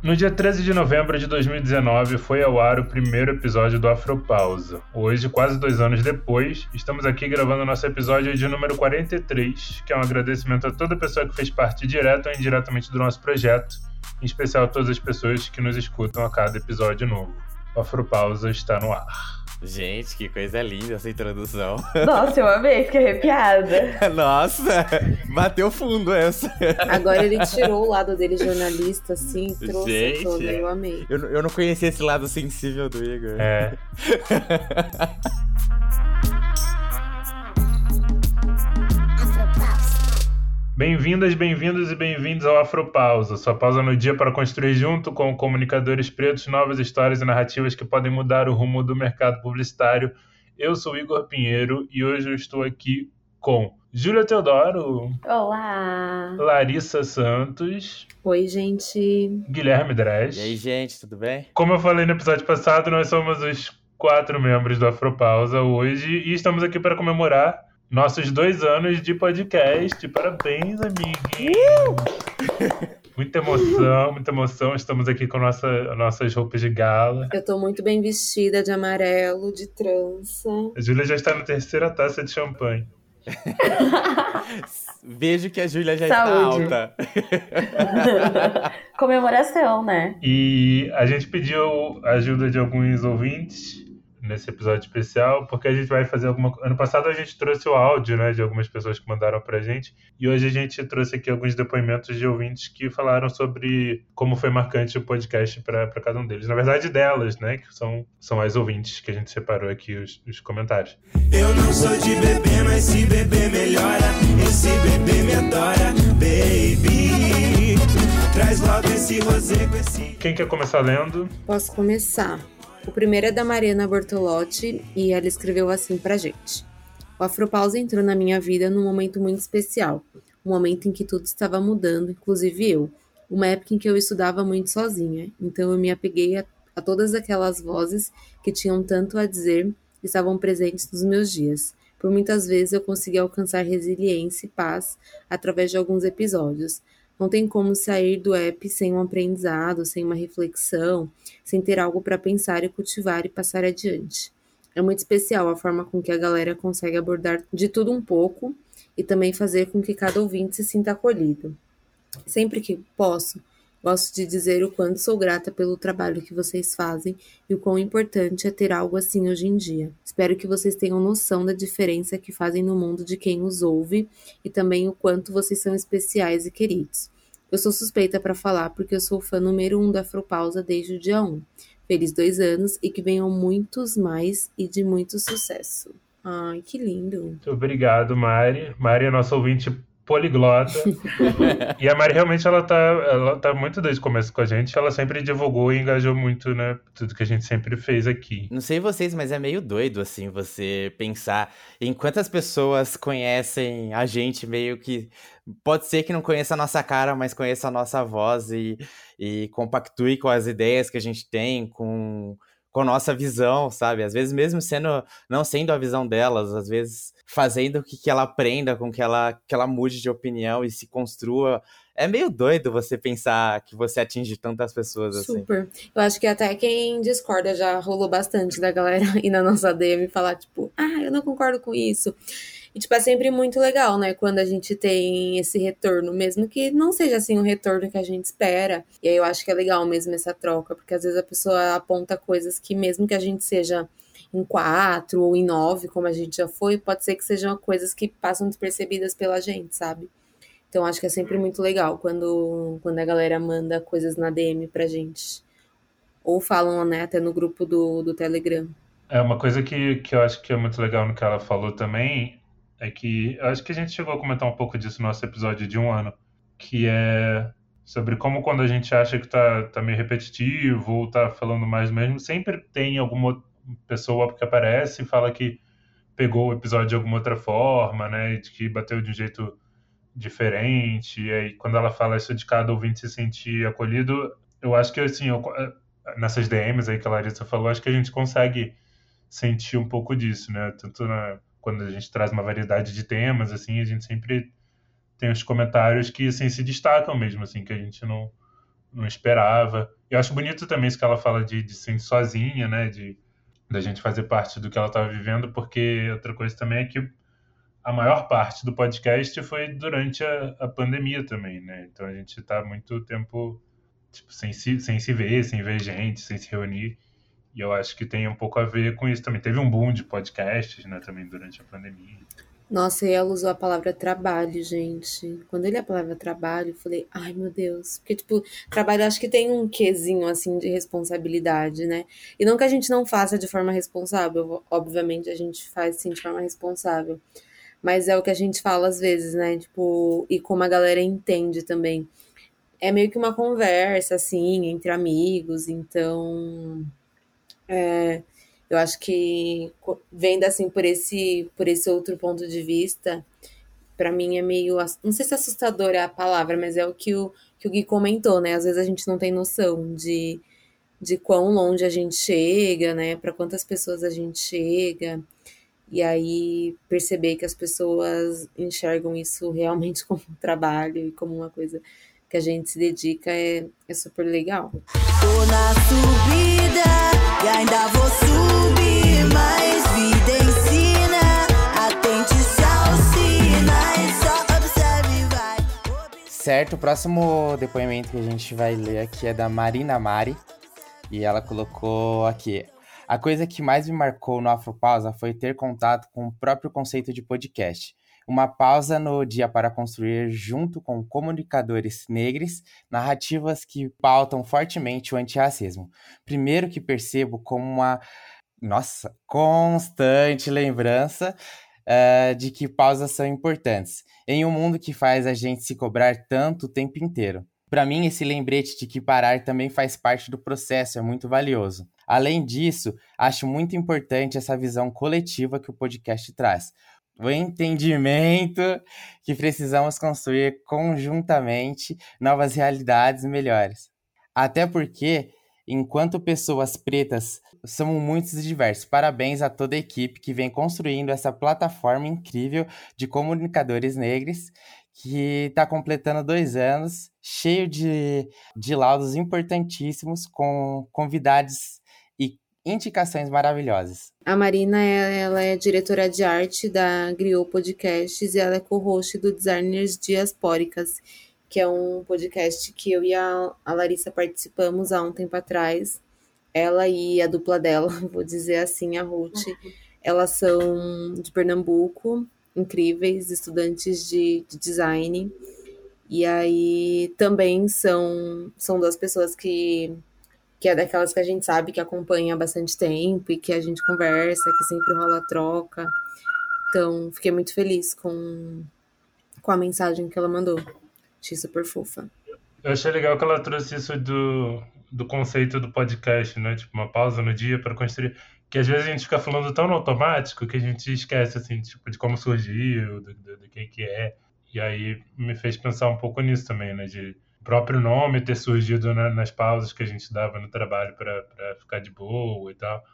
No dia 13 de novembro de 2019 foi ao ar o primeiro episódio do Afropausa. Hoje, quase 2 anos depois, estamos aqui gravando nosso episódio de número 43, que é um agradecimento a toda pessoa que fez parte direta ou indiretamente do nosso projeto, em especial a todas as pessoas que nos escutam a cada episódio novo. O Afropausa está no ar. Gente, que coisa linda essa introdução. Nossa, eu amei, fiquei arrepiada. Nossa, bateu fundo essa. Agora ele tirou o lado dele jornalista, assim, trouxe Gente, toda, eu amei. Eu não conhecia esse lado sensível do Igor. É. Bem-vindas, bem-vindos e bem-vindos ao Afropausa, sua pausa no dia para construir junto com comunicadores pretos novas histórias e narrativas que podem mudar o rumo do mercado publicitário. Eu sou Igor Pinheiro e hoje eu estou aqui com Júlia Teodoro. Olá! Larissa Santos. Oi, gente. Guilherme Dresch. E aí, gente, tudo bem? Como eu falei no episódio passado, nós somos os 4 membros do Afropausa hoje e estamos aqui para comemorar nossos 2 anos de podcast. Parabéns, amiguinhos! Muita emoção. Estamos aqui com nossas roupas de gala. Eu tô muito bem vestida de amarelo, de trança. A Júlia já está na 3ª taça de champanhe. Vejo que a Júlia já Saúde. está alta. Comemoração, né? E a gente pediu a ajuda de alguns ouvintes nesse episódio especial, porque a gente vai fazer Ano passado a gente trouxe o áudio, né, de algumas pessoas que mandaram pra gente, e hoje a gente trouxe aqui alguns depoimentos de ouvintes que falaram sobre como foi marcante o podcast para cada um deles. Na verdade, delas, né, que são as ouvintes que a gente separou aqui os comentários. Eu não sou de bebê, mas se beber melhora. Esse bebê me adora, baby. Traz logo esse rosé com esse... Quem quer começar lendo? Posso começar? O primeiro é da Mariana Bortolotti e ela escreveu assim pra gente. O Afropausa entrou na minha vida num momento muito especial. Um momento em que tudo estava mudando, inclusive eu. Uma época em que eu estudava muito sozinha. Então eu me apeguei a todas aquelas vozes que tinham tanto a dizer e estavam presentes nos meus dias. Por muitas vezes eu consegui alcançar resiliência e paz através de alguns episódios. Não tem como sair do app sem um aprendizado, sem uma reflexão, sem ter algo para pensar e cultivar e passar adiante. É muito especial a forma com que a galera consegue abordar de tudo um pouco e também fazer com que cada ouvinte se sinta acolhido. Sempre que posso, gosto de dizer o quanto sou grata pelo trabalho que vocês fazem e o quão importante é ter algo assim hoje em dia. Espero que vocês tenham noção da diferença que fazem no mundo de quem os ouve e também o quanto vocês são especiais e queridos. Eu sou suspeita para falar porque eu sou fã número 1 da Afropausa desde o dia 1. Feliz 2 anos e que venham muitos mais e de muito sucesso. Ai, que lindo. Muito obrigado, Mari. Mari é nossa ouvinte poliglota. E a Mari realmente ela tá muito desde o começo com a gente. Ela sempre divulgou e engajou muito, né? Tudo que a gente sempre fez aqui. Não sei vocês, mas é meio doido, assim, você pensar em quantas pessoas conhecem a gente, meio que... Pode ser que não conheça a nossa cara, mas conheça a nossa voz e compactue com as ideias que a gente tem, com a nossa visão, sabe? Às vezes mesmo não sendo a visão delas, às vezes fazendo com que ela aprenda, com que ela mude de opinião e se construa. É meio doido você pensar que você atinge tantas pessoas assim. Super. Eu acho que até quem discorda já rolou bastante da galera ir na nossa DM e falar, tipo, eu não concordo com isso. E, tipo, é sempre muito legal, né? Quando a gente tem esse retorno, mesmo que não seja, assim, o retorno que a gente espera. E aí eu acho que é legal mesmo essa troca, porque às vezes a pessoa aponta coisas que mesmo que a gente seja em 4 ou em 9, como a gente já foi, pode ser que sejam coisas que passam despercebidas pela gente, sabe? Então acho que é sempre muito legal quando a galera manda coisas na DM pra gente. Ou falam, né, até no grupo do Telegram. É uma coisa que eu acho que é muito legal no que ela falou também, é que eu acho que a gente chegou a comentar um pouco disso no nosso episódio de 1 ano, que é sobre como quando a gente acha que tá meio repetitivo ou tá falando mais do mesmo, sempre tem alguma pessoa que aparece e fala que pegou o episódio de alguma outra forma, né, e de que bateu de um jeito diferente, e aí quando ela fala isso de cada ouvinte se sentir acolhido, eu acho que assim, nessas DMs aí que a Larissa falou, acho que a gente consegue sentir um pouco disso, né, tanto quando a gente traz uma variedade de temas, assim, a gente sempre tem os comentários que, assim, se destacam mesmo, assim, que a gente não não esperava. Eu acho bonito também isso que ela fala de se sentir sozinha, né? Da gente fazer parte do que ela estava vivendo, porque outra coisa também é que a maior parte do podcast foi durante a pandemia também, né? Então a gente está muito tempo tipo, sem se ver, sem ver gente, sem se reunir. E eu acho que tem um pouco a ver com isso também. Teve um boom de podcasts, né, também durante a pandemia. Nossa, e ela usou a palavra trabalho, gente. Quando ele a palavra trabalho, eu falei, ai meu Deus. Porque, tipo, trabalho acho que tem um quezinho, assim, de responsabilidade, né? E não que a gente não faça de forma responsável. Obviamente a gente faz, sim, de forma responsável. Mas é o que a gente fala às vezes, né? Tipo, e como a galera entende também. É meio que uma conversa, assim, entre amigos. Então, eu acho que vendo assim por esse outro ponto de vista, pra mim é meio, não sei se assustador é a palavra, mas é o que o Gui comentou, né? Às vezes a gente não tem noção de quão longe a gente chega, né? Pra quantas pessoas a gente chega. E aí perceber que as pessoas enxergam isso realmente como um trabalho e como uma coisa que a gente se dedica é super legal. Tô na subida e ainda vou subir, mais vida ensina, atente-se aos sinais, só observe e vai. Certo, o próximo depoimento que a gente vai ler aqui é da Marina Mari, e ela colocou aqui: a coisa que mais me marcou no Afropausa foi ter contato com o próprio conceito de podcast. Uma pausa no dia para construir, junto com comunicadores negros, narrativas que pautam fortemente o antirracismo. Primeiro que percebo como uma, constante lembrança de que pausas são importantes, em um mundo que faz a gente se cobrar tanto o tempo inteiro. Para mim, esse lembrete de que parar também faz parte do processo é muito valioso. Além disso, acho muito importante essa visão coletiva que o podcast traz. O entendimento que precisamos construir conjuntamente novas realidades melhores. Até porque, enquanto pessoas pretas, somos muitos e diversos. Parabéns a toda a equipe que vem construindo essa plataforma incrível de comunicadores negros, que está completando 2 anos, cheio de laudos importantíssimos, com convidados e indicações maravilhosas. A Marina, ela é diretora de arte da Griot Podcasts e ela é co-host do Designers Diaspóricas, que é um podcast que eu e a Larissa participamos há um tempo atrás. Ela e a dupla dela, vou dizer assim, a Ruth, elas são de Pernambuco, incríveis, estudantes de design. E aí também são 2 pessoas que é daquelas que a gente sabe que acompanha há bastante tempo e que a gente conversa, que sempre rola troca. Então, fiquei muito feliz com a mensagem que ela mandou. Achei super fofa. Eu achei legal que ela trouxe isso do conceito do podcast, né? Tipo, uma pausa no dia para construir. Que às vezes a gente fica falando tão no automático que a gente esquece, assim, tipo, de como surgiu, do que é. E aí me fez pensar um pouco nisso também, né? De o próprio nome ter surgido nas pausas que a gente dava no trabalho para ficar de boa e tal.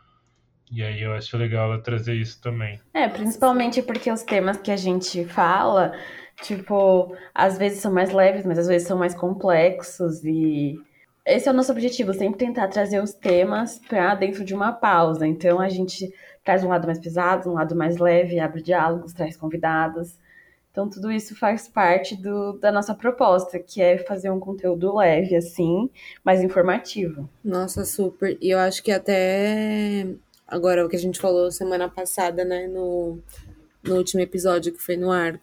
E aí eu acho legal ela trazer isso também. Principalmente porque os temas que a gente fala, tipo, às vezes são mais leves, mas às vezes são mais complexos e esse é o nosso objetivo, sempre tentar trazer os temas para dentro de uma pausa. Então a gente traz um lado mais pesado, um lado mais leve, abre diálogos, traz convidados. Então tudo isso faz parte da nossa proposta, que é fazer um conteúdo leve, assim, mais informativo. Nossa, super. E eu acho que até agora o que a gente falou semana passada, né, no último episódio que foi no ar,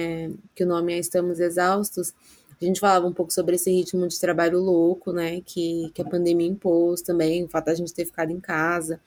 que o nome é Estamos Exaustos, a gente falava um pouco sobre esse ritmo de trabalho louco, né, que a pandemia impôs também, o fato da gente ter ficado em casa.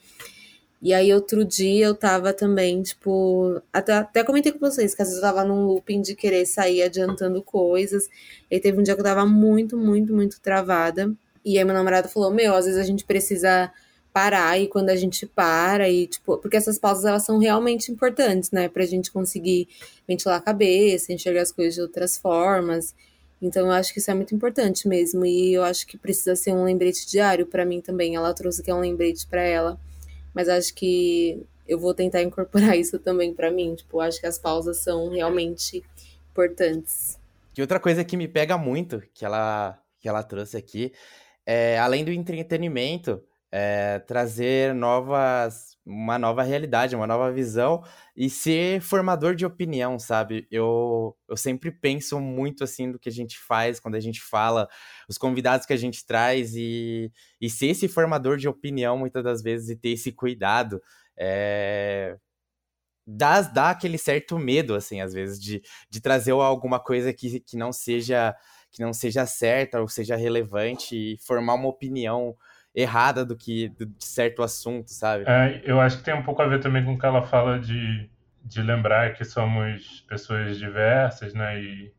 E aí, outro dia, eu tava também, tipo... Até comentei com vocês que às vezes eu tava num looping de querer sair adiantando coisas. E aí, teve um dia que eu tava muito, muito, muito travada. E aí, meu namorado falou, às vezes a gente precisa parar. E quando a gente para, e tipo... Porque essas pausas, elas são realmente importantes, né? Pra gente conseguir ventilar a cabeça, enxergar as coisas de outras formas. Então, eu acho que isso é muito importante mesmo. E eu acho que precisa ser um lembrete diário pra mim também. Ela trouxe que é um lembrete pra ela. Mas acho que eu vou tentar incorporar isso também pra mim. Tipo, acho que as pausas são realmente importantes. Que outra coisa que me pega muito, que ela que ela trouxe aqui, além do entretenimento, trazer uma nova realidade, uma nova visão e ser formador de opinião, sabe? Eu sempre penso muito assim do que a gente faz quando a gente fala, os convidados que a gente traz e ser esse formador de opinião muitas das vezes e ter esse cuidado. Dá aquele certo medo, assim, às vezes, de trazer alguma coisa que não seja certa ou seja relevante e formar uma opinião errada de certo assunto, sabe? Eu acho que tem um pouco a ver também com o que ela fala de lembrar que somos pessoas diversas, né? E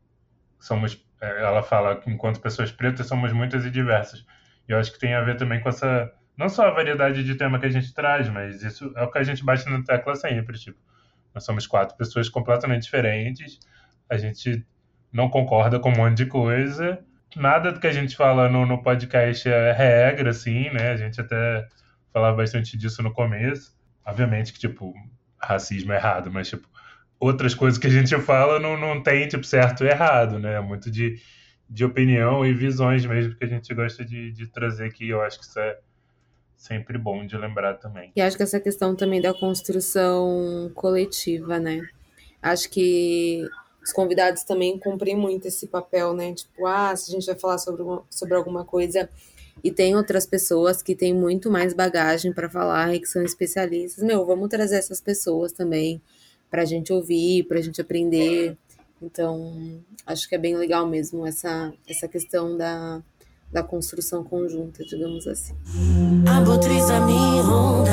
ela fala que enquanto pessoas pretas somos muitas e diversas. E eu acho que tem a ver também com essa, não só a variedade de tema que a gente traz, mas isso é o que a gente bate na tecla sempre, tipo, nós somos 4 pessoas completamente diferentes, a gente não concorda com um monte de coisa, nada do que a gente fala no podcast é regra, assim, né? A gente até falava bastante disso no começo. Obviamente que, tipo, racismo é errado, mas, tipo, outras coisas que a gente fala não tem, tipo, certo e errado, né? É muito de opinião e visões mesmo que a gente gosta de trazer aqui. Eu acho que isso é sempre bom de lembrar também. E acho que essa questão também da construção coletiva, né? Acho que os convidados também cumprem muito esse papel, né? Tipo, se a gente vai falar sobre alguma coisa e tem outras pessoas que têm muito mais bagagem para falar e que são especialistas, vamos trazer essas pessoas também pra gente ouvir, pra gente aprender. Então, acho que é bem legal mesmo essa questão da construção conjunta, digamos assim. A Botriza me ronda,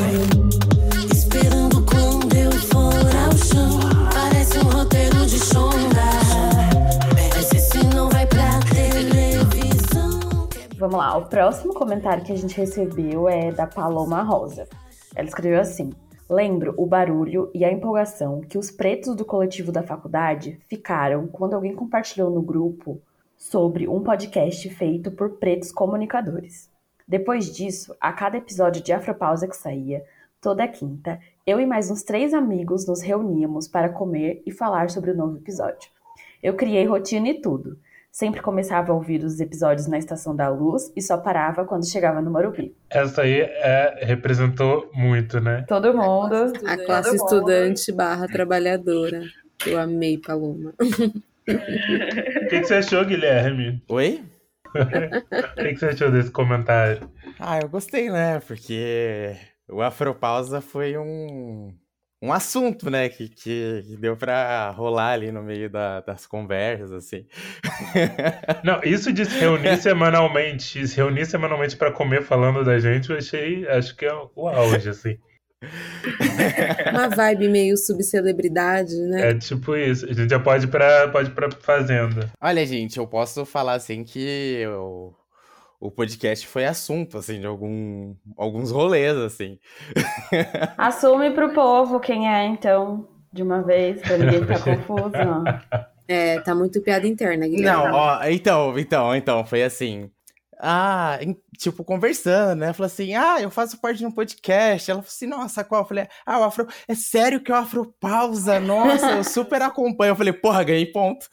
esperando quando eu for ao chão. Parece um roteiro de Shonda, mas esse não vai pra televisão. Vamos lá, o próximo comentário que a gente recebeu é da Paloma Rosa. Ela escreveu assim: lembro o barulho e a empolgação que os pretos do coletivo da faculdade ficaram quando alguém compartilhou no grupo sobre um podcast feito por pretos comunicadores. Depois disso, a cada episódio de Afropausa que saía, toda quinta, eu e mais uns 3 amigos nos reuníamos para comer e falar sobre o novo episódio. Eu criei rotina e tudo. Sempre começava a ouvir os episódios na Estação da Luz e só parava quando chegava no Morumbi. Essa aí representou muito, né? Todo mundo. A classe estudante / trabalhadora. Eu amei, Paloma. O que você achou, Guilherme? Oi? O que você achou desse comentário? Eu gostei, né? Porque o Afropausa foi um assunto, né? Que deu pra rolar ali no meio das conversas, assim. Não, isso de se reunir semanalmente pra comer falando da gente, acho que é o auge, assim. Uma vibe meio subcelebridade, né? É tipo isso. A gente já pode ir pra fazenda. Olha, gente, eu posso falar assim que o podcast foi assunto, assim, de alguns rolês, assim. Assume pro povo quem é, então, de uma vez, pra ninguém ficar confuso. Tá muito piada interna, Guilherme. Não, então, foi assim. Tipo, conversando, né? Falou assim, eu faço parte de um podcast. Ela falou assim, nossa, qual? Eu falei, o Afro... É sério que o Afropausa? Nossa, eu super acompanho. Eu falei, porra, ganhei ponto.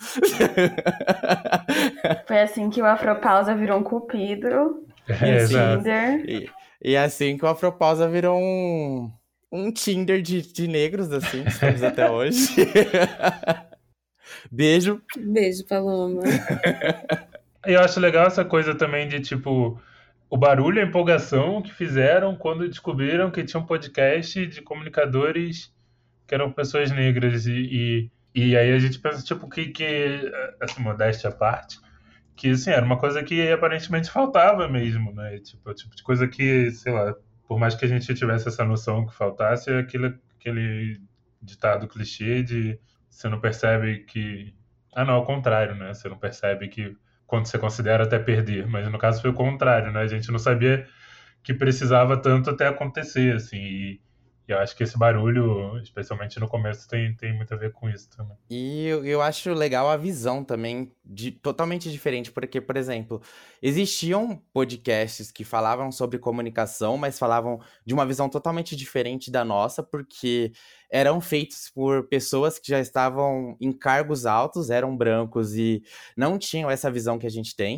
Foi assim que o Afropausa virou um cupido. Exato. Tinder. E assim que o Afropausa virou um Tinder de negros, assim, estamos até hoje. Beijo. Beijo, Paloma. Eu acho legal essa coisa também de, tipo, o barulho e a empolgação que fizeram quando descobriram que tinha um podcast de comunicadores que eram pessoas negras. E aí a gente pensa, tipo, que assim, modéstia à parte, que, assim, era uma coisa que aparentemente faltava mesmo, né? Tipo, o tipo de coisa que, sei lá, por mais que a gente tivesse essa noção que faltasse, é aquele ditado clichê de você não percebe que... não, ao contrário, né? Você não percebe que quando você considera até perder, mas no caso foi o contrário, né? A gente não sabia que precisava tanto até acontecer, assim, e eu acho que esse barulho, especialmente no começo, tem muito a ver com isso também. E eu acho legal a visão também, totalmente diferente, porque, por exemplo, existiam podcasts que falavam sobre comunicação, mas falavam de uma visão totalmente diferente da nossa, porque eram feitos por pessoas que já estavam em cargos altos, eram brancos e não tinham essa visão que a gente tem.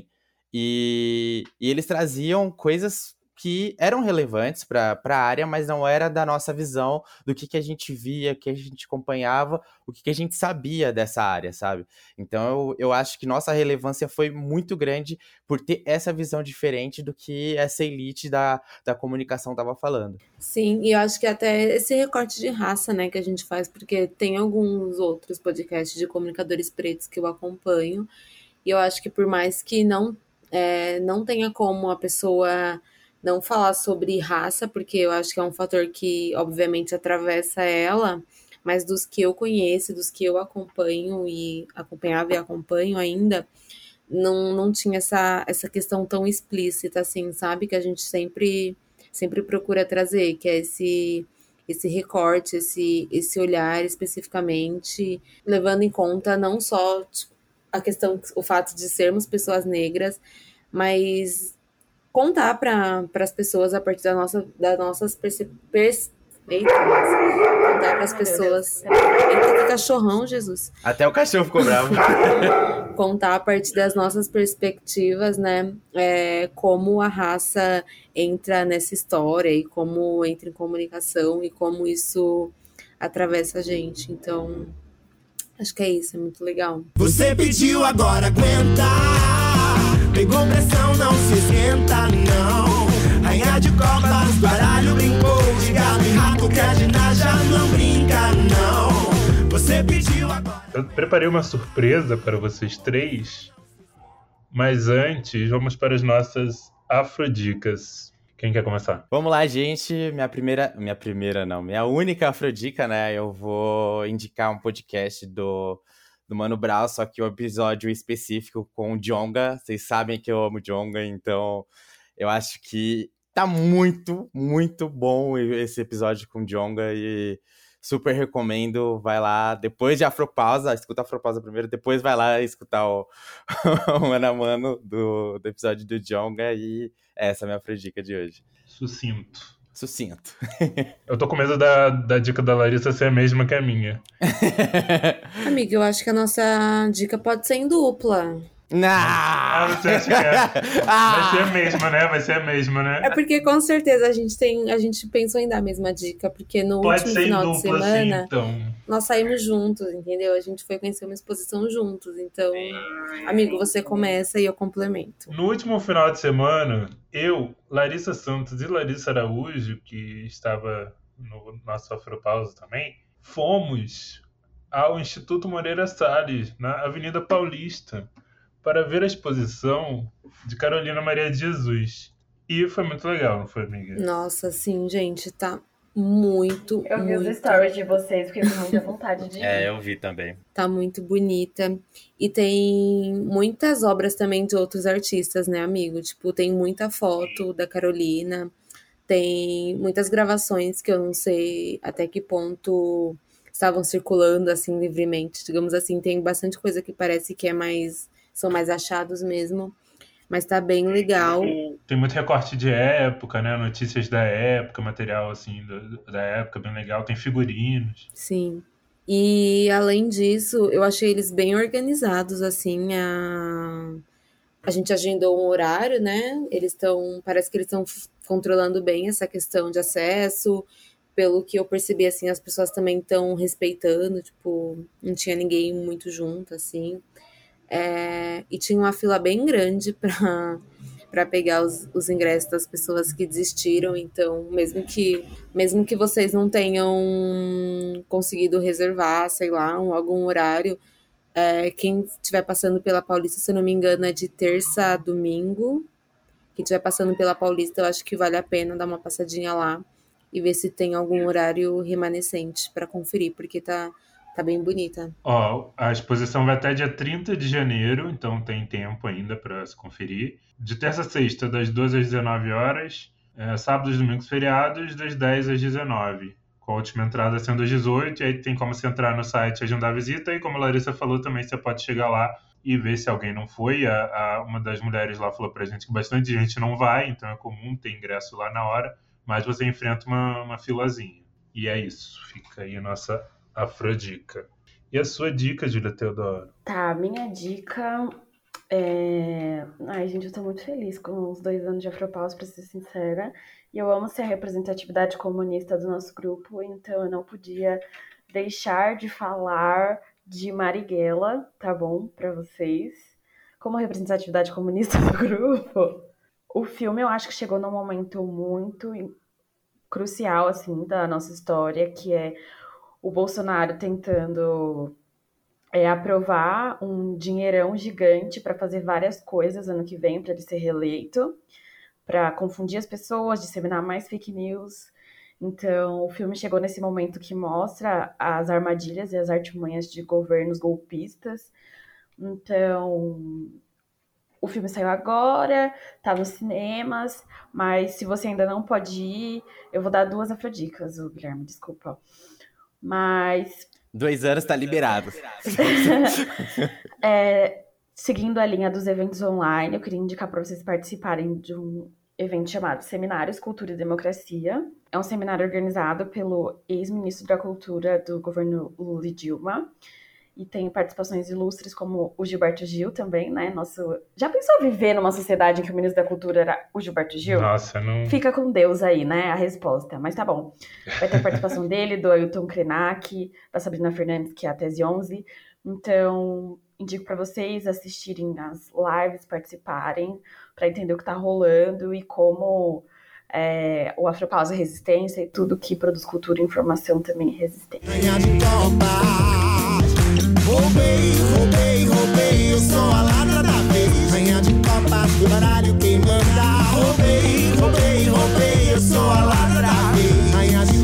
E eles traziam coisas que eram relevantes para a área, mas não era da nossa visão, do que a gente via, que a gente acompanhava, o que a gente sabia dessa área, sabe? Então eu acho que nossa relevância foi muito grande por ter essa visão diferente do que essa elite da comunicação estava falando. Sim, e eu acho que até esse recorte de raça, né, que a gente faz, porque tem alguns outros podcasts de comunicadores pretos que eu acompanho, e eu acho que por mais que não tenha como a pessoa não falar sobre raça, porque eu acho que é um fator que, obviamente, atravessa ela, mas dos que eu conheço, dos que eu acompanho e acompanhava e acompanho ainda, não tinha essa questão tão explícita, assim, sabe? Que a gente sempre procura trazer, que é esse recorte, esse olhar especificamente, levando em conta não só tipo, a questão, o fato de sermos pessoas negras, mas contar para as pessoas a partir das nossas Eita, contar para as pessoas. Eita, que cachorrão, Jesus. Até o cachorro ficou bravo. Contar a partir das nossas perspectivas, né? Como a raça entra nessa história e como entra em comunicação e como isso atravessa a gente. Então, acho que é isso, é muito legal. Você pediu, agora aguenta. Pegou pressão, não se esquenta, não. Rainha de copas, baralho brincou de gato e rato, que a Gina já não brinca, não. Você pediu agora. Eu preparei uma surpresa para vocês três, mas antes vamos para as nossas afrodicas. Quem quer começar? Vamos lá, gente. Minha única afrodica, né? Eu vou indicar um podcast do Mano Brown, só que um episódio específico com o Djonga. Vocês sabem que eu amo Djonga, então eu acho que tá muito, muito bom esse episódio com o Djonga e super recomendo. Vai lá, depois de Afropausa, escuta a Afropausa primeiro, depois vai lá escutar o Mano a Mano do episódio do Djonga, e essa é a minha afrodica de hoje. Sucinto. Eu tô com medo da dica da Larissa ser a mesma que a minha. Amiga, eu acho que a nossa dica pode ser em dupla. Você acha que é? Vai ser a mesma, né? É porque com certeza a gente pensou em dar a mesma dica, porque no pode último ser final em de dupla, semana assim, então. nós saímos juntos, entendeu? A gente foi conhecer uma exposição juntos, então, amigo, você começa e eu complemento. No último final de semana, eu, Larissa Santos e Larissa Araújo, que estava no nosso Afropausa também, fomos ao Instituto Moreira Salles, na Avenida Paulista, para ver a exposição de Carolina Maria de Jesus. E foi muito legal, não foi, amiga? Nossa, sim, gente, tá muito, Eu vi muito... os stories de vocês, fiquei com muita vontade de ir. eu vi também. Tá muito bonita. E tem muitas obras também de outros artistas, né, amigo? Tipo, tem muita foto da Carolina, tem muitas gravações que eu não sei até que ponto estavam circulando, assim, livremente. Digamos assim, tem bastante coisa que parece que são mais achados mesmo. Mas tá bem legal. Tem muito recorte de época, né? Notícias da época, material, assim, da época, bem legal. Tem figurinos. Sim. E, além disso, eu achei eles bem organizados, assim, a gente agendou um horário, né? Parece que eles estão controlando bem essa questão de acesso. Pelo que eu percebi, assim, as pessoas também estão respeitando, tipo, não tinha ninguém muito junto, assim. E tinha uma fila bem grande para pegar os ingressos das pessoas que desistiram. Então, mesmo que vocês não tenham conseguido reservar, sei lá, algum horário, quem estiver passando pela Paulista, se eu não me engano, é de terça a domingo. Quem estiver passando pela Paulista, eu acho que vale a pena dar uma passadinha lá e ver se tem algum horário remanescente para conferir, porque tá bem bonita. A exposição vai até dia 30 de janeiro, então tem tempo ainda para se conferir. De terça a sexta, das 12 às 19 horas. Sábados e domingos feriados, das 10 às 19. Com a última entrada sendo às 18. E aí tem como você entrar no site e agendar a visita. E como a Larissa falou, também você pode chegar lá e ver se alguém não foi. Uma das mulheres lá falou pra gente que bastante gente não vai, então é comum ter ingresso lá na hora. Mas você enfrenta uma filazinha. E é isso. Fica aí a nossa afrodica. E a sua dica, Júlia Teodoro? Tá, minha dica Ai, gente, eu tô muito feliz com os 2 anos de Afropause, pra ser sincera. E eu amo ser a representatividade comunista do nosso grupo, então eu não podia deixar de falar de Marighella, tá bom? Pra vocês. Como representatividade comunista do grupo, o filme eu acho que chegou num momento muito crucial, assim, da nossa história, que é o Bolsonaro tentando aprovar um dinheirão gigante para fazer várias coisas ano que vem para ele ser reeleito, para confundir as pessoas, disseminar mais fake news. Então, o filme chegou nesse momento que mostra as armadilhas e as artimanhas de governos golpistas. Então, o filme saiu agora, tá nos cinemas, mas se você ainda não pode ir, eu vou dar 2 afrodicas, Guilherme, desculpa. Mas 2 anos tá liberado. Seguindo a linha dos eventos online, eu queria indicar para vocês participarem de um evento chamado Seminários Cultura e Democracia. É um seminário organizado pelo ex-ministro da Cultura do governo Lula e Dilma. E tem participações ilustres como o Gilberto Gil também, né? Já pensou viver numa sociedade em que o ministro da Cultura era o Gilberto Gil? Nossa, não... Fica com Deus aí, né? A resposta. Mas tá bom. Vai ter a participação dele, do Ailton Krenak, da Sabrina Fernandes, que é a Tese 11. Então, indico para vocês assistirem as lives, participarem, para entender o que tá rolando e como o Afropause é resistência e tudo que produz cultura e informação também é resistência. Roubei, eu sou a ladra da vez. Rainha de copas, do baralho quem manda. Roubei, eu sou a ladra da vez. Rainha de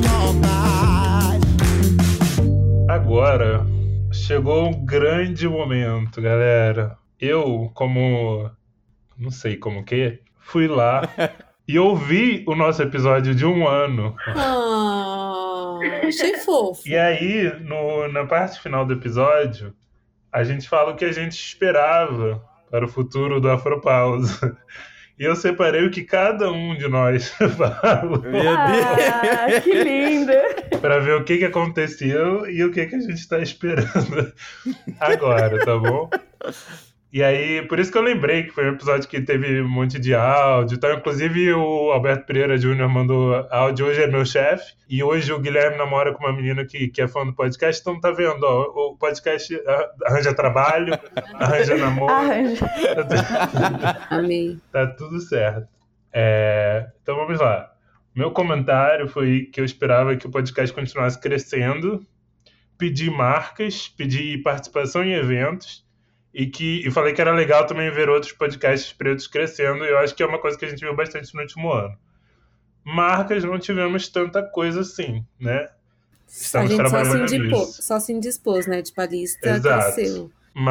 copas. Agora chegou um grande momento, galera. Eu, como... não sei como que, fui lá e ouvi o nosso episódio de 1 ano. Achei fofo. E aí, na parte final do episódio, a gente fala o que a gente esperava para o futuro do Afropause. E eu separei o que cada um de nós falou. Meu Deus! Que lindo! Para ver o que aconteceu e o que a gente está esperando agora, tá bom? E aí, por isso que eu lembrei que foi um episódio que teve um monte de áudio. Então, inclusive, o Alberto Pereira Júnior mandou áudio. Hoje é meu chefe. E hoje o Guilherme namora com uma menina que é fã do podcast. Então, tá vendo? Ó, o podcast arranja trabalho, arranja namoro. Arranja. Amei. Tá tudo certo. Então, vamos lá. Meu comentário foi que eu esperava que o podcast continuasse crescendo. Pedi marcas, pedi participação em eventos. E falei que era legal também ver outros podcasts pretos crescendo, e eu acho que é uma coisa que a gente viu bastante no último ano. Marcas não tivemos tanta coisa assim, né? Estamos a gente trabalhando só se indispôs, né? Tipo, a lista Exato. cresceu.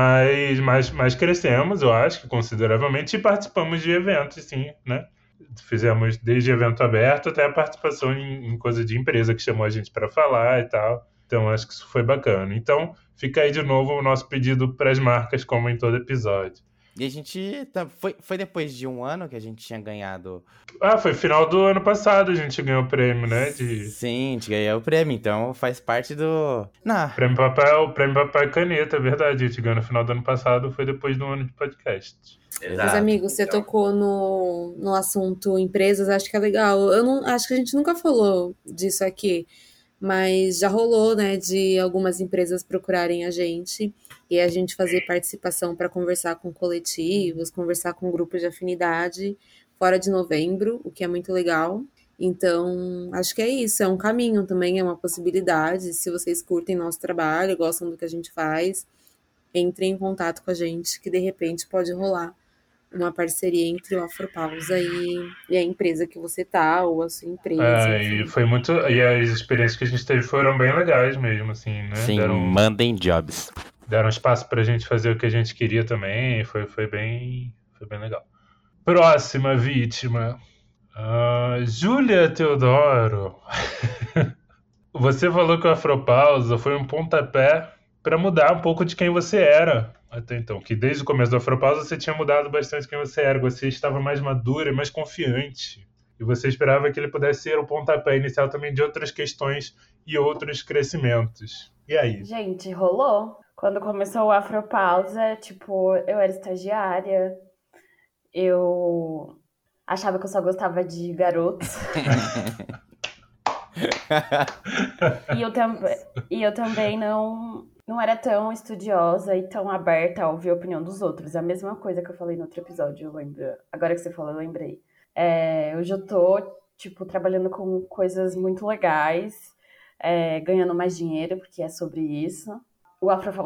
Mas crescemos, eu acho, consideravelmente, e participamos de eventos, sim, né? Fizemos desde evento aberto até a participação em coisa de empresa que chamou a gente para falar e tal. Então, acho que isso foi bacana. Então, fica aí de novo o nosso pedido para as marcas, como em todo episódio. E a gente... Foi depois de 1 ano que a gente tinha ganhado... Foi final do ano passado a gente ganhou o prêmio, né? Sim, a gente ganhou o prêmio, então faz parte do... Prêmio Papel e Caneta, é verdade. A gente ganhou no final do ano passado, foi depois do ano de podcast. Exato. Mas, amigo, você tocou no assunto empresas, acho que é legal. Acho que a gente nunca falou disso aqui. Mas já rolou, né, de algumas empresas procurarem a gente e a gente fazer participação para conversar com coletivos, conversar com grupos de afinidade fora de novembro, o que é muito legal. Então, acho que é isso, é um caminho também, é uma possibilidade. Se vocês curtem nosso trabalho, gostam do que a gente faz, entrem em contato com a gente, que de repente pode rolar uma parceria entre o Afropause e a empresa que você tá, ou a sua empresa. E foi muito. E as experiências que a gente teve foram bem legais mesmo, assim, né? Sim, mandem jobs. Deram espaço pra gente fazer o que a gente queria também. Foi bem legal. Próxima vítima. Júlia Teodoro. Você falou que o Afropause foi um pontapé para mudar um pouco de quem você era até então, que desde o começo do Afropause você tinha mudado bastante quem você era, você estava mais madura, mais confiante, E você esperava que ele pudesse ser o pontapé inicial também de outras questões e outros crescimentos. E aí? Gente, rolou. Quando começou o Afropausa, tipo, eu era estagiária, eu achava que eu só gostava de garotos. E eu também não era tão estudiosa e tão aberta a ouvir a opinião dos outros. A mesma coisa que eu falei no outro episódio, eu lembro. Agora que você falou, eu lembrei. Hoje eu tô, tipo, trabalhando com coisas muito legais, ganhando mais dinheiro, porque é sobre isso. O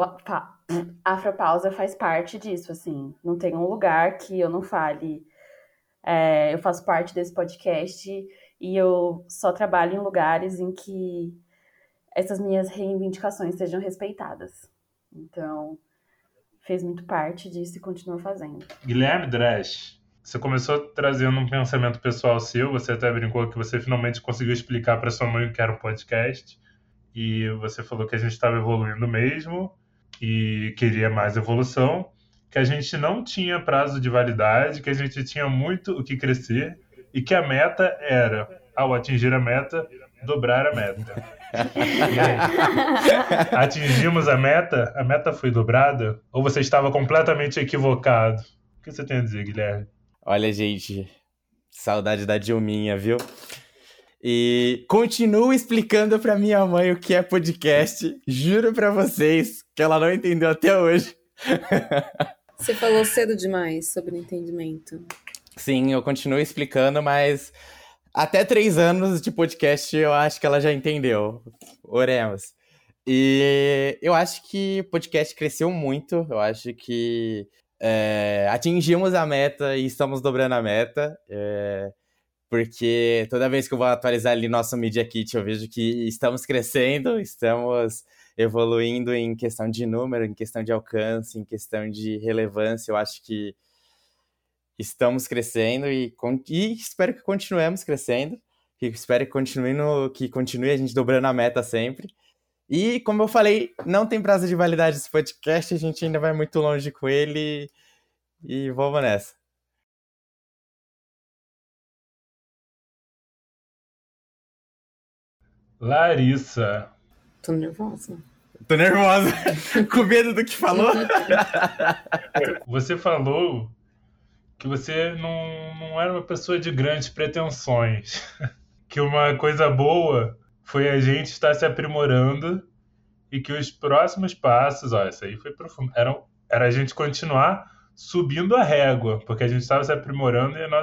Afropausa faz parte disso, assim. Não tem um lugar que eu não fale. Eu faço parte desse podcast e eu só trabalho em lugares em que essas minhas reivindicações sejam respeitadas. Então, fez muito parte disso e continua fazendo. Guilherme Dresch, você começou trazendo um pensamento pessoal seu, você até brincou que você finalmente conseguiu explicar para sua mãe o que era um podcast, e você falou que a gente estava evoluindo mesmo e queria mais evolução, que a gente não tinha prazo de validade, que a gente tinha muito o que crescer e que a meta era, ao atingir a meta, dobrar a meta. E aí? Atingimos a meta? A meta foi dobrada? Ou você estava completamente equivocado? O que você tem a dizer, Guilherme? Olha, gente, saudade da Dilminha, viu? E continuo explicando pra minha mãe o que é podcast. Juro pra vocês que ela não entendeu até hoje. Você falou cedo demais sobre entendimento. Sim, eu continuo explicando, mas até 3 anos de podcast eu acho que ela já entendeu. Oremos. E eu acho que o podcast cresceu muito. Eu acho que atingimos a meta e estamos dobrando a meta. Porque toda vez que eu vou atualizar ali nosso Media Kit, eu vejo que estamos crescendo, estamos evoluindo em questão de número, em questão de alcance, em questão de relevância. Eu acho que estamos crescendo e espero que continuemos crescendo, que espero que continue a gente dobrando a meta sempre. E, como eu falei, não tem prazo de validade esse podcast, a gente ainda vai muito longe com ele e vamos nessa. Larissa. Tô nervosa. Tô nervosa, com medo do que falou. Você falou que você não era uma pessoa de grandes pretensões. Que uma coisa boa foi a gente estar se aprimorando e que os próximos passos, isso aí foi profundo, era a gente continuar subindo a régua, porque a gente estava se aprimorando e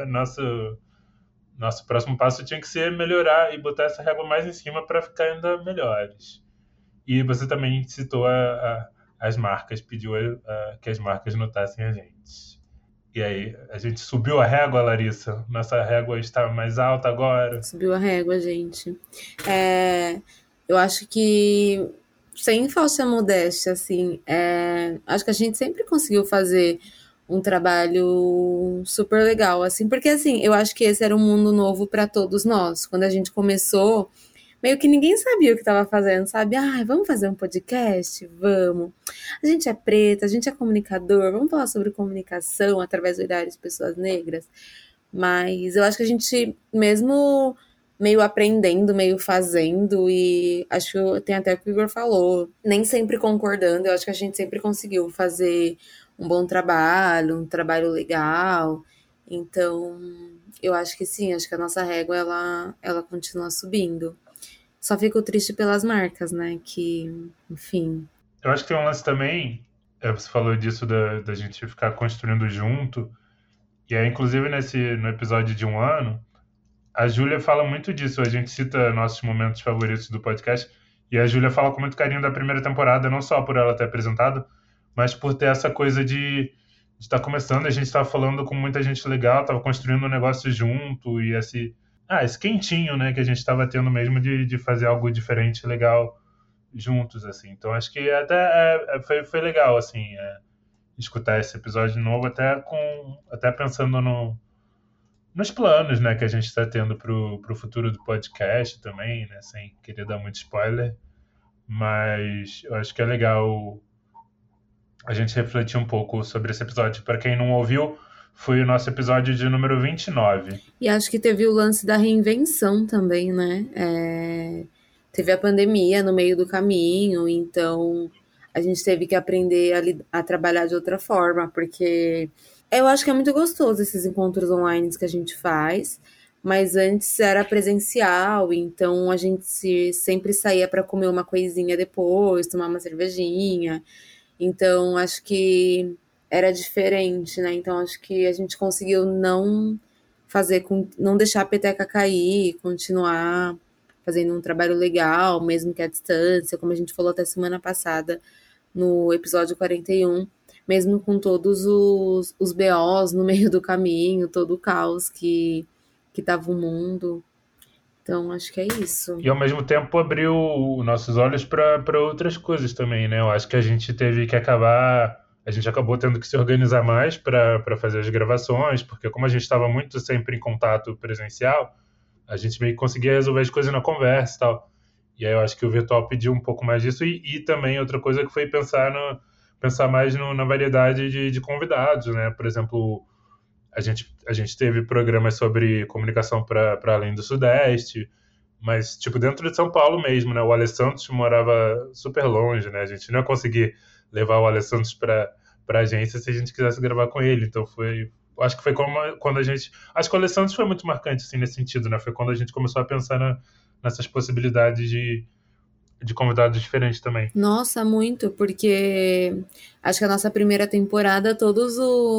nosso próximo passo tinha que ser melhorar e botar essa régua mais em cima para ficar ainda melhores. E você também citou as marcas, pediu que as marcas notassem a gente. E aí, a gente subiu a régua, Larissa? Nossa régua está mais alta agora? Subiu a régua, gente. Eu acho que, sem falsa modéstia, assim, acho que a gente sempre conseguiu fazer um trabalho super legal, assim, porque, assim, eu acho que esse era um mundo novo para todos nós. Quando a gente começou, meio que ninguém sabia o que estava fazendo, sabe? Vamos fazer um podcast? Vamos. A gente é preta, a gente é comunicador, vamos falar sobre comunicação através do olhar de pessoas negras. Mas eu acho que a gente, mesmo meio aprendendo, meio fazendo, e acho que tem até o que o Igor falou, nem sempre concordando, eu acho que a gente sempre conseguiu fazer um bom trabalho, um trabalho legal. Então, eu acho que sim, acho que a nossa régua, ela continua subindo. Só fico triste pelas marcas, né? Que, enfim. Eu acho que tem um lance também, você falou disso da gente ficar construindo junto, e aí, inclusive, no episódio de 1 ano, a Júlia fala muito disso. A gente cita nossos momentos favoritos do podcast, e a Júlia fala com muito carinho da primeira temporada, não só por ela ter apresentado, mas por ter essa coisa de estar começando, a gente estava falando com muita gente legal, estava construindo um negócio junto, e esse quentinho, né, que a gente estava tendo mesmo de fazer algo diferente, legal, juntos, assim. Então, acho que até foi legal, assim, escutar esse episódio de novo, até pensando nos planos, né, que a gente está tendo pro futuro do podcast também, né, sem querer dar muito spoiler, mas eu acho que é legal a gente refletir um pouco sobre esse episódio. Para quem não ouviu, foi o nosso episódio de número 29. E acho que teve o lance da reinvenção também, né? Teve a pandemia no meio do caminho, então a gente teve que aprender a trabalhar de outra forma, porque eu acho que é muito gostoso esses encontros online que a gente faz, mas antes era presencial, então a gente sempre saía para comer uma coisinha depois, tomar uma cervejinha, então acho que era diferente, né? Então acho que a gente conseguiu não deixar a peteca cair, continuar fazendo um trabalho legal, mesmo que à distância, como a gente falou até semana passada no episódio 41, mesmo com todos os BOs no meio do caminho, todo o caos que tava o mundo. Então, acho que é isso. E ao mesmo tempo abriu nossos olhos para outras coisas também, né? Eu acho que a gente teve que a gente acabou tendo que se organizar mais para fazer as gravações, porque como a gente estava muito sempre em contato presencial, a gente meio que conseguia resolver as coisas na conversa e tal. E aí eu acho que o virtual pediu um pouco mais disso. E também outra coisa que foi pensar mais na variedade de convidados, né? Por exemplo, a gente teve programas sobre comunicação para além do Sudeste, mas tipo dentro de São Paulo mesmo, né? O Alessandro morava super longe, né? A gente não ia conseguir levar o Alessandro para a agência se a gente quisesse gravar com ele. Então acho que foi quando a gente... Acho que o Alessandro foi muito marcante, assim, nesse sentido, né? Foi quando a gente começou a pensar nessas possibilidades de convidados diferentes também. Nossa, muito, porque acho que a nossa primeira temporada, todos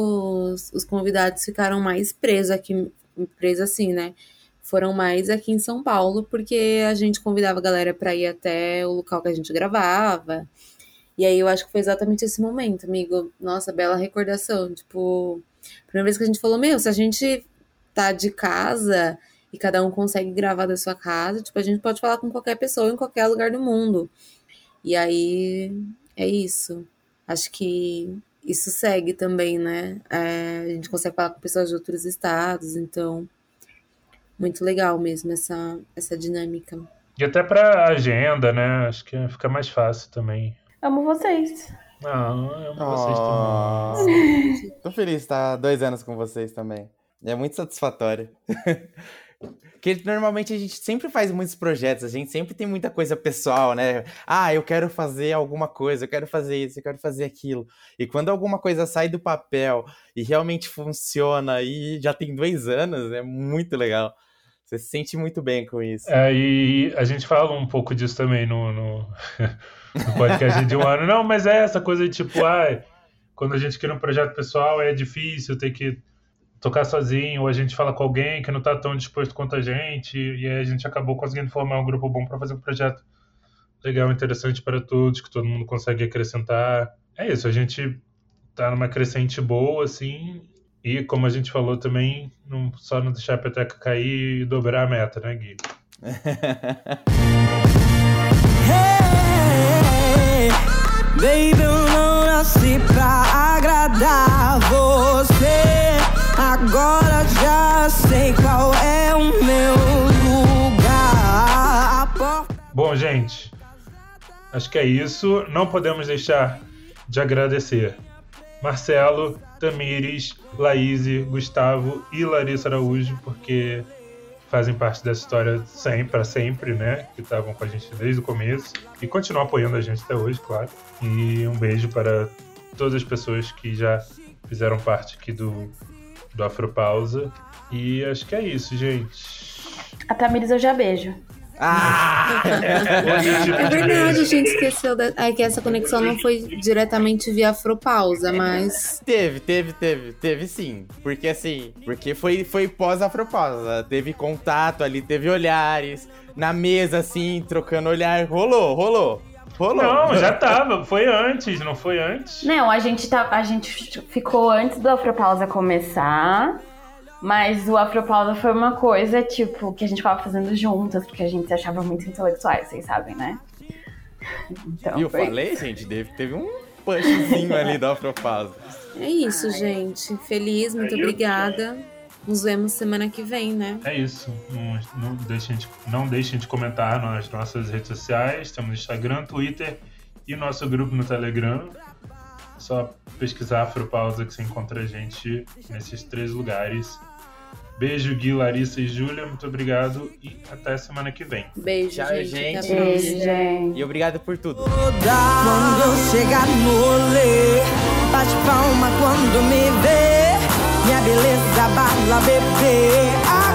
os convidados ficaram mais presos assim, né? Foram mais aqui em São Paulo, porque a gente convidava a galera para ir até o local que a gente gravava. E aí eu acho que foi exatamente esse momento, amigo. Nossa, bela recordação. Tipo, primeira vez que a gente falou, se a gente tá de casa e cada um consegue gravar da sua casa, tipo, a gente pode falar com qualquer pessoa em qualquer lugar do mundo. E aí, é isso. Acho que isso segue também, né? A gente consegue falar com pessoas de outros estados, então, muito legal mesmo essa dinâmica. E até pra agenda, né? Acho que fica mais fácil também. Amo vocês. Eu amo vocês também. Tô feliz de estar 2 anos com vocês também. É muito satisfatório. Porque normalmente a gente sempre faz muitos projetos, a gente sempre tem muita coisa pessoal, né? Eu quero fazer alguma coisa, eu quero fazer isso, eu quero fazer aquilo. E quando alguma coisa sai do papel e realmente funciona e já tem 2 anos, é muito legal. Você se sente muito bem com isso. E a gente fala um pouco disso também no podcast de 1 ano. Não, mas é essa coisa de tipo, quando a gente cria um projeto pessoal é difícil ter que tocar sozinho, ou a gente fala com alguém que não tá tão disposto quanto a gente, e aí a gente acabou conseguindo formar um grupo bom para fazer um projeto legal, interessante para todos, que todo mundo consegue acrescentar. É isso, a gente tá numa crescente boa, assim, e como a gente falou também, só não deixar a peteca cair e dobrar a meta, né, Gui? Hey, baby, eu não nasci pra agradar você. Agora já sei qual é o meu lugar. Bom, gente, acho que é isso. Não podemos deixar de agradecer Marcelo, Tamires, Laís, Gustavo e Larissa Araújo, porque fazem parte dessa história para sempre, né? Que estavam com a gente desde o começo e continuam apoiando a gente até hoje, claro. E um beijo para todas as pessoas que já fizeram parte aqui do Afropausa. E acho que é isso, gente. A Tamires eu já beijo. É verdade, a gente esqueceu que essa conexão não foi diretamente via Afropausa, mas... Teve sim. Porque foi pós-Afropausa. Teve contato ali, teve olhares. Na mesa, assim, trocando olhar. Rolou. Não, já tava. Foi antes, não foi antes? Não, a gente ficou antes do Afropausa começar, mas o Afropausa foi uma coisa, tipo, que a gente tava fazendo juntas, porque a gente se achava muito intelectuais, vocês sabem, né? Então, eu falei, gente, teve um punchzinho ali do Afropausa. É isso, gente. Feliz, muito obrigada. Nos vemos semana que vem, né? É isso. Não deixem de comentar nas nossas redes sociais. Temos Instagram, Twitter e o nosso grupo no Telegram. Só pesquisar Afropausa que você encontra a gente nesses 3 lugares. Beijo, Gui, Larissa e Júlia. Muito obrigado e até semana que vem. Beijo, Tchau, gente. Até a próxima. Beijo, gente. E obrigado por tudo. Quando eu chegar no rolê, bate palma quando me vê. Minha beleza bala, bebê.